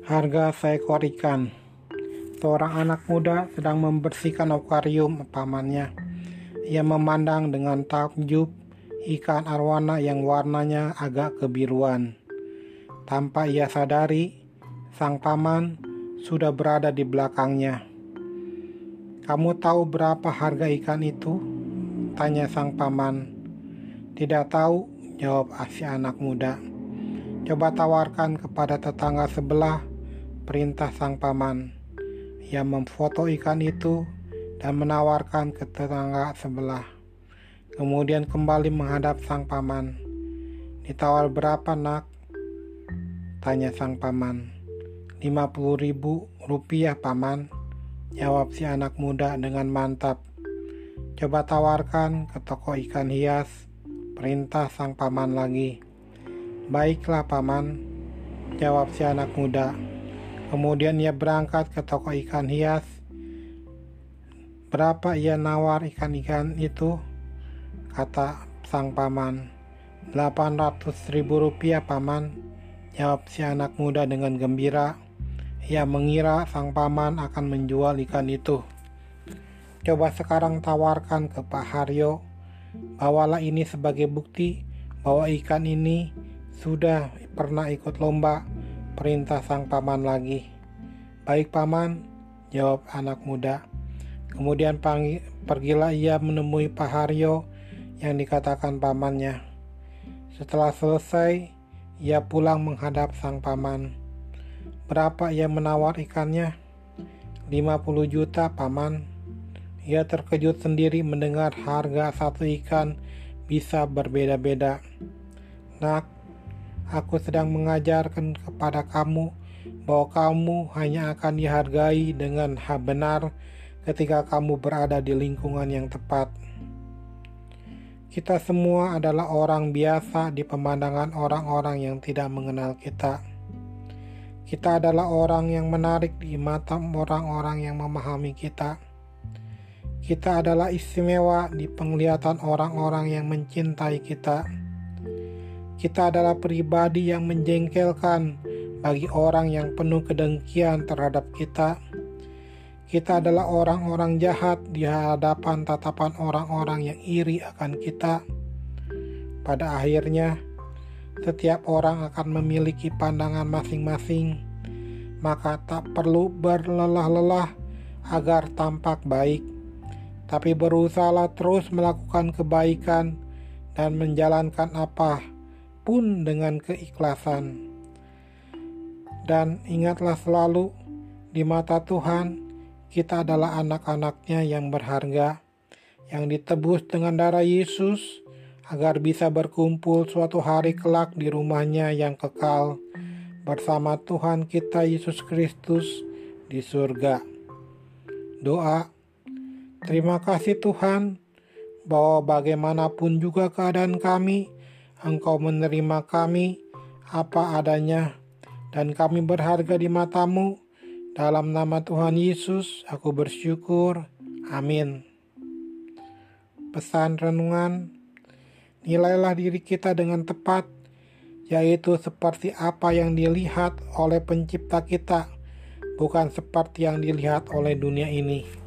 Harga seekor ikan. Seorang anak muda sedang membersihkan akuarium pamannya. Ia memandang dengan takjub ikan arwana yang warnanya agak kebiruan. Tanpa ia sadari, sang paman sudah berada di belakangnya. "Kamu tahu berapa harga ikan itu?" tanya sang paman. "Tidak tahu," jawab si anak muda. "Coba tawarkan kepada tetangga sebelah," perintah sang paman. Ia memfoto ikan itu dan menawarkan ke tetangga sebelah. Kemudian kembali menghadap sang paman. "Ditawar berapa, nak?" tanya sang paman. "50.000 rupiah, paman," jawab si anak muda dengan mantap. "Coba tawarkan ke toko ikan hias," perintah sang paman lagi. "Baiklah, paman," jawab si anak muda. Kemudian ia berangkat ke toko ikan hias. "Berapa ia nawar ikan-ikan itu?" kata sang paman. 800.000 rupiah, paman," jawab si anak muda dengan gembira. Ia mengira sang paman akan menjual ikan itu. "Coba sekarang tawarkan ke Pak Haryo. Bawalah ini sebagai bukti bahwa ikan ini sudah pernah ikut lomba," perintah sang paman lagi. "Baik, paman," jawab anak muda. Kemudian pergilah ia menemui Pak Haryo yang dikatakan pamannya. Setelah selesai, ia pulang menghadap sang paman. "Berapa ia menawar ikannya?" 50 juta, paman." Ia terkejut sendiri mendengar harga satu ikan bisa berbeda-beda. "Nak, aku sedang mengajarkan kepada kamu bahwa kamu hanya akan dihargai dengan benar ketika kamu berada di lingkungan yang tepat." Kita semua adalah orang biasa di pemandangan orang-orang yang tidak mengenal kita. Kita adalah orang yang menarik di mata orang-orang yang memahami kita. Kita adalah istimewa di penglihatan orang-orang yang mencintai kita. Kita adalah pribadi yang menjengkelkan bagi orang yang penuh kedengkian terhadap kita. Kita adalah orang-orang jahat di hadapan tatapan orang-orang yang iri akan kita. Pada akhirnya, setiap orang akan memiliki pandangan masing-masing, maka tak perlu berlelah-lelah agar tampak baik, tapi berusahalah terus melakukan kebaikan dan menjalankan apa pun dengan keikhlasan. Dan ingatlah selalu, di mata Tuhan, kita adalah anak-anak-Nya yang berharga, yang ditebus dengan darah Yesus, agar bisa berkumpul suatu hari kelak di rumah-Nya yang kekal, bersama Tuhan kita Yesus Kristus di surga. Doa. Terima kasih Tuhan, bahwa bagaimanapun juga keadaan kami, Engkau menerima kami apa adanya, dan kami berharga di mata-Mu. Dalam nama Tuhan Yesus, aku bersyukur. Amin. Pesan renungan, nilailah diri kita dengan tepat, yaitu seperti apa yang dilihat oleh pencipta kita, bukan seperti yang dilihat oleh dunia ini.